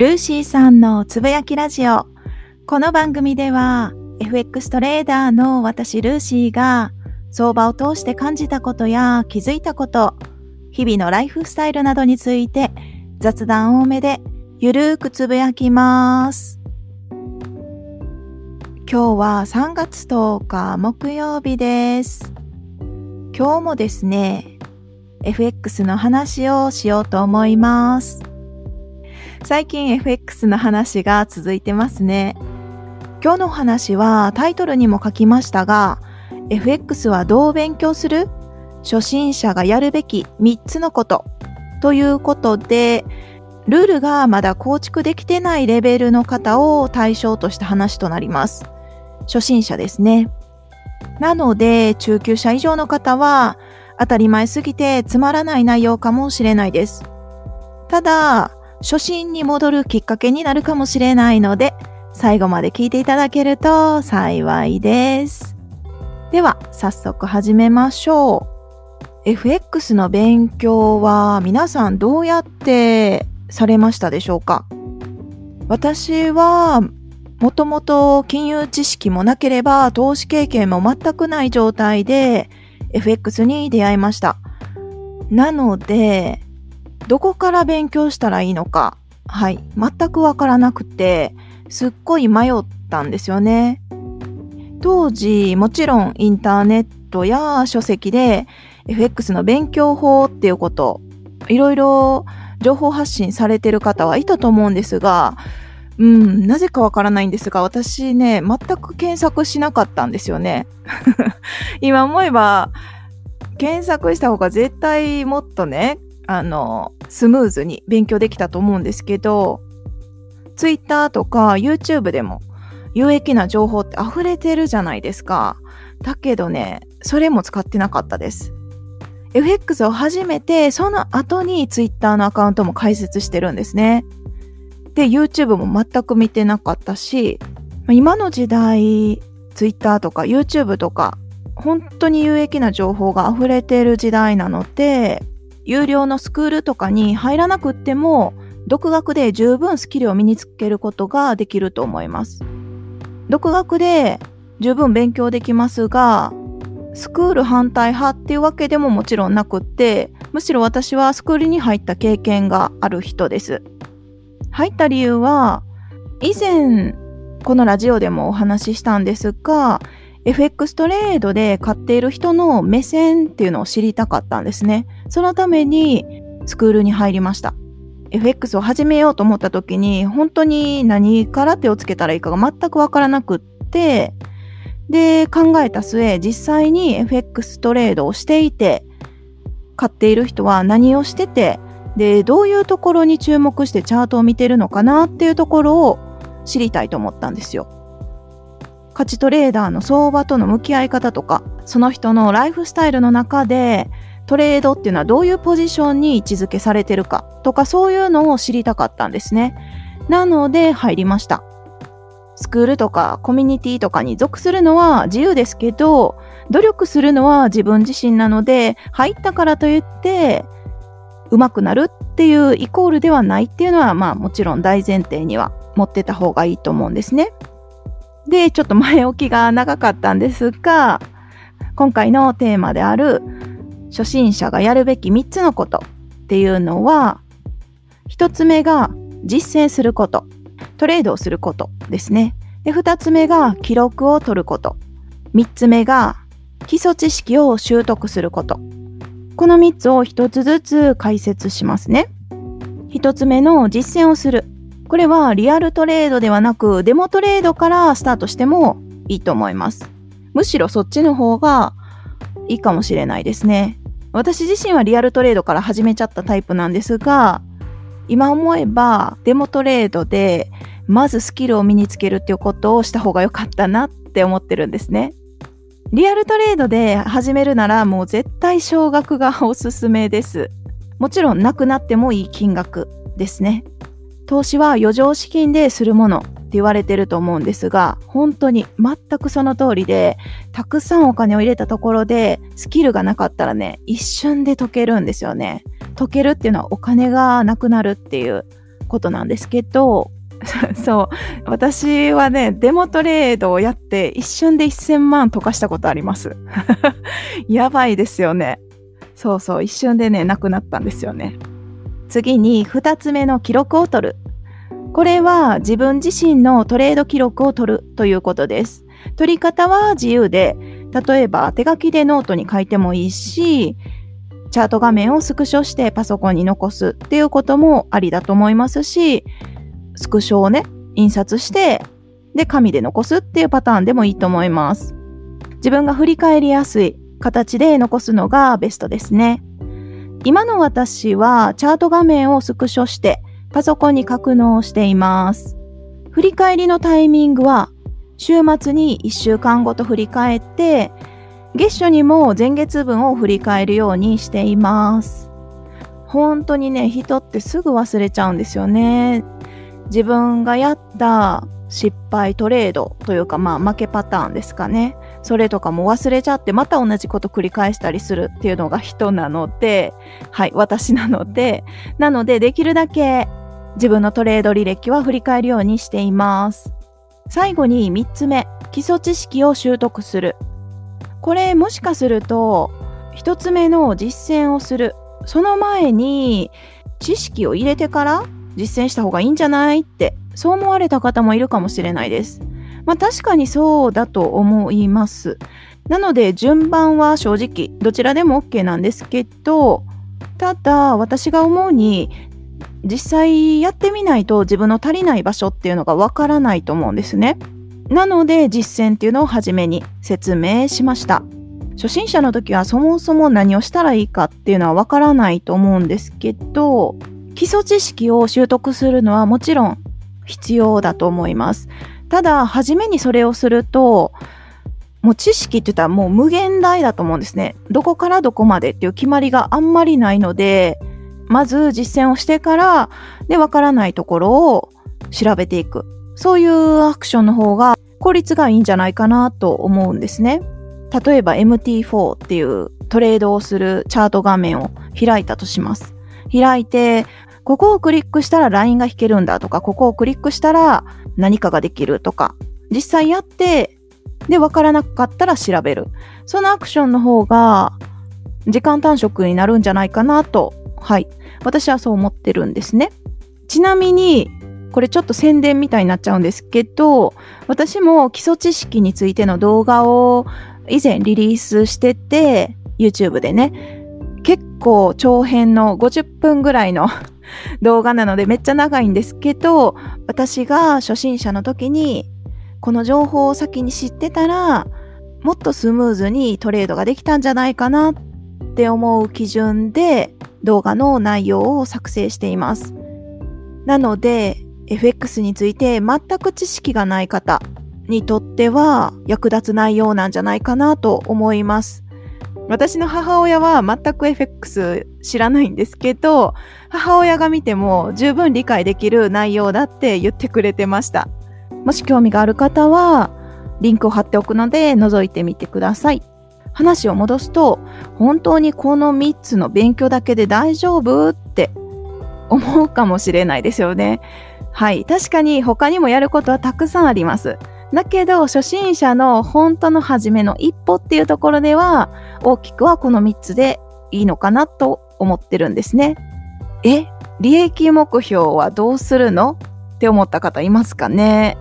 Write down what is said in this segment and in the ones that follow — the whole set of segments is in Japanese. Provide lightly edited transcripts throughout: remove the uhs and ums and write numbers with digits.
ルーシーさんのつぶやきラジオ。この番組では FX トレーダーの私ルーシーが相場を通して感じたことや気づいたこと、日々のライフスタイルなどについて雑談多めでゆるーくつぶやきます。今日は3月10日木曜日です。今日もですね、FX の話をしようと思います。最近 FX の話が続いてますね。今日の話はタイトルにも書きましたが、FX はどう勉強する？初心者がやるべき3つのことということで、ルールがまだ構築できてないレベルの方を対象とした話となります。初心者ですね。なので中級者以上の方は当たり前すぎてつまらない内容かもしれないです。ただ初心に戻るきっかけになるかもしれないので、最後まで聞いていただけると幸いです。では、早速始めましょう。FX の勉強は皆さんどうやってされましたでしょうか？私はもともと金融知識もなければ投資経験も全くない状態で FX に出会いました。なので、どこから勉強したらいいのか、全くわからなくて、すっごい迷ったんですよね。当時、もちろんインターネットや書籍で FX の勉強法っていうこと、いろいろ情報発信されてる方はいたと思うんですが、なぜかわからないんですが、私ね、全く検索しなかったんですよね。今思えば、検索した方が絶対もっとね、スムーズに勉強できたと思うんですけど、Twitter とか YouTube でも有益な情報って溢れてるじゃないですか。だけどね、それも使ってなかったです。FX を始めて、その後に Twitter のアカウントも開設してるんですね。で、YouTube も全く見てなかったし、今の時代、Twitter とか YouTube とか、本当に有益な情報が溢れてる時代なので、有料のスクールとかに入らなくっても、独学で十分スキルを身につけることができると思います。独学で十分勉強できますが、スクール反対派っていうわけでももちろんなくって、むしろ私はスクールに入った経験がある人です。入った理由は、以前このラジオでもお話ししたんですが、FX トレードで買っている人の目線っていうのを知りたかったんですね。そのためにスクールに入りました。FX を始めようと思った時に本当に何から手をつけたらいいかが全くわからなくって、で考えた末、実際に FX トレードをしていて、買っている人は何をしてて、でどういうところに注目してチャートを見てるのかなっていうところを知りたいと思ったんですよ。価値トレーダーの相場との向き合い方とか、その人のライフスタイルの中でトレードっていうのはどういうポジションに位置づけされてるかとか、そういうのを知りたかったんですね。なので入りました。スクールとかコミュニティとかに属するのは自由ですけど、努力するのは自分自身なので、入ったからといって上手くなるっていうイコールではないっていうのは、もちろん大前提には持ってた方がいいと思うんですね。で、ちょっと前置きが長かったんですが、今回のテーマである初心者がやるべき3つのことっていうのは、1つ目が実践すること、トレードをすることですね。で、2つ目が記録を取ること、3つ目が基礎知識を習得すること。この3つを1つずつ解説しますね。1つ目の実践をする。これはリアルトレードではなくデモトレードからスタートしてもいいと思います。むしろそっちの方がいいかもしれないですね。私自身はリアルトレードから始めちゃったタイプなんですが、今思えばデモトレードでまずスキルを身につけるっていうことをした方が良かったなって思ってるんですね。リアルトレードで始めるならもう絶対少額がおすすめです。もちろんなくなってもいい金額ですね。投資は余剰資金でするものって言われてると思うんですが、本当に全くその通りで、たくさんお金を入れたところでスキルがなかったらね、一瞬で解けるんですよね。解けるっていうのはお金がなくなるっていうことなんですけど、そう、私はね、デモトレードをやって一瞬で1000万溶かしたことあります。やばいですよね。そうそう、一瞬でね、なくなったんですよね。次に2つ目の記録を取る。これは自分自身のトレード記録を取るということです。取り方は自由で、例えば手書きでノートに書いてもいいし、チャート画面をスクショしてパソコンに残すっていうこともありだと思いますし、スクショをね、印刷して、で、紙で残すっていうパターンでもいいと思います。自分が振り返りやすい形で残すのがベストですね。今の私はチャート画面をスクショしてパソコンに格納しています。振り返りのタイミングは週末に1週間ごと振り返って、月初にも前月分を振り返るようにしています。本当にね、人ってすぐ忘れちゃうんですよね。自分がやった失敗トレードというか負けパターンですかね。それとかも忘れちゃってまた同じこと繰り返したりするっていうのが人なので、はい、私なので、できるだけ自分のトレード履歴は振り返るようにしています。最後に3つ目、基礎知識を習得する。これもしかすると1つ目の実践をする。その前に知識を入れてから実践した方がいいんじゃないってそう思われた方もいるかもしれないです。確かにそうだと思います。なので順番は正直どちらでも OK なんですけど、ただ私が思うに実際やってみないと自分の足りない場所っていうのがわからないと思うんですね。なので実践っていうのを初めに説明しました。初心者の時はそもそも何をしたらいいかっていうのはわからないと思うんですけど、基礎知識を習得するのはもちろん必要だと思います。ただ初めにそれをすると、もう知識って言ったらもう無限大だと思うんですね。どこからどこまでっていう決まりがあんまりないので、まず実践をしてからでわからないところを調べていく。そういうアクションの方が効率がいいんじゃないかなと思うんですね。例えば MT4 っていうトレードをするチャート画面を開いたとします。開いて、ここをクリックしたらラインが引けるんだとか、ここをクリックしたら何かができるとか、実際やって、で、わからなかったら調べる。そのアクションの方が時間短縮になるんじゃないかなと、はい。私はそう思ってるんですね。ちなみに、これちょっと宣伝みたいになっちゃうんですけど、私も基礎知識についての動画を以前リリースしてて、YouTube でね、結構長編の50分ぐらいの動画なのでめっちゃ長いんですけど、私が初心者の時にこの情報を先に知ってたらもっとスムーズにトレードができたんじゃないかなって思う基準で動画の内容を作成しています。なので FX について全く知識がない方にとっては役立つ内容なんじゃないかなと思います。私の母親は全く FX 知らないんですけど、母親が見ても十分理解できる内容だって言ってくれてました。もし興味がある方はリンクを貼っておくので覗いてみてください。話を戻すと、本当にこの3つの勉強だけで大丈夫って思うかもしれないですよね。はい、確かに他にもやることはたくさんあります。だけど初心者の本当の初めの一歩っていうところでは大きくはこの3つでいいのかなと思ってるんですね。利益目標はどうするのって思った方いますかね。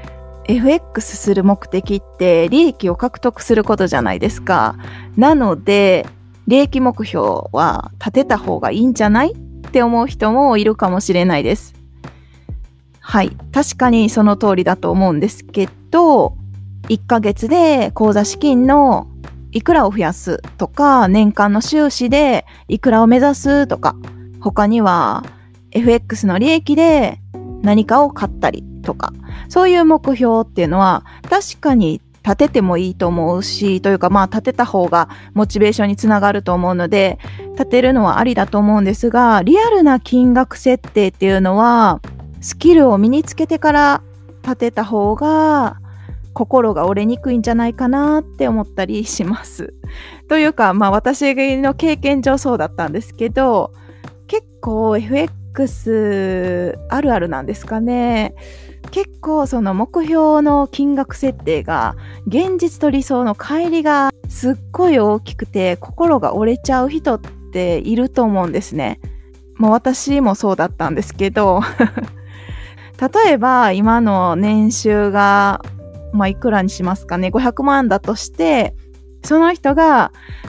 FX する目的って利益を獲得することじゃないですか。なので利益目標は立てた方がいいんじゃないって思う人もいるかもしれないです。はい、確かにその通りだと思うんですけど、1ヶ月で口座資金のいくらを増やすとか、年間の収支でいくらを目指すとか、他には FX の利益で何かを買ったりとか、そういう目標っていうのは確かに立ててもいいと思うし、というか立てた方がモチベーションにつながると思うので、立てるのはありだと思うんですが、リアルな金額設定っていうのはスキルを身につけてから立てた方が心が折れにくいんじゃないかなって思ったりします。というか私の経験上そうだったんですけど、結構 FX あるあるなんですかね。結構その目標の金額設定が現実と理想の乖離がすっごい大きくて心が折れちゃう人っていると思うんですね。私もそうだったんですけど例えば今の年収がいくらにしますかね、500万だとして、その人が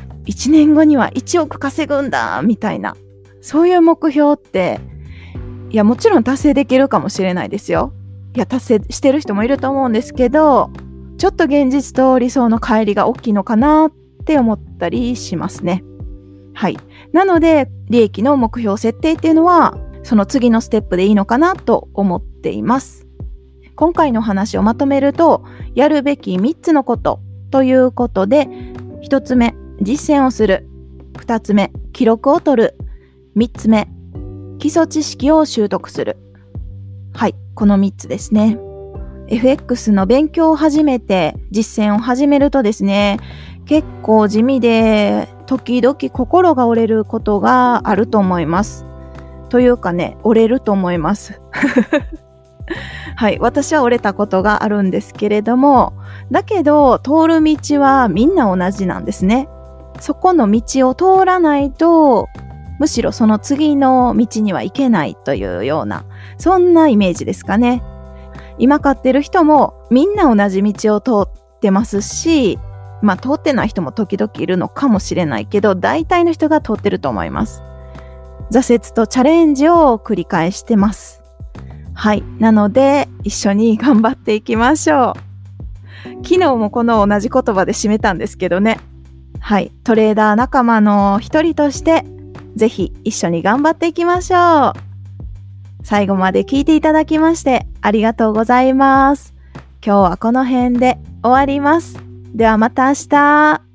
1年後には1億稼ぐんだみたいな、そういう目標ってもちろん達成できるかもしれないですよ。達成してる人もいると思うんですけど、ちょっと現実と理想の乖離が大きいのかなって思ったりしますね。はい。なので、利益の目標設定っていうのは、その次のステップでいいのかなと思っています。今回の話をまとめると、やるべき3つのことということで、1つ目、実践をする。2つ目、記録を取る。3つ目、基礎知識を習得する。はい、この3つですね。FX の勉強を始めて、実践を始めるとですね、結構地味で、時々心が折れることがあると思います。というかね、折れると思います。はい、私は折れたことがあるんですけれども、だけど通る道はみんな同じなんですね。そこの道を通らないと、むしろその次の道には行けないというような、そんなイメージですかね。今買ってる人もみんな同じ道を通ってますし、通ってない人も時々いるのかもしれないけど、大体の人が通ってると思います。挫折とチャレンジを繰り返してます。はい。なので、一緒に頑張っていきましょう。昨日もこの同じ言葉で締めたんですけどね。はい。トレーダー仲間の一人として、ぜひ一緒に頑張っていきましょう。最後まで聞いていただきましてありがとうございます。今日はこの辺で終わります。ではまた明日。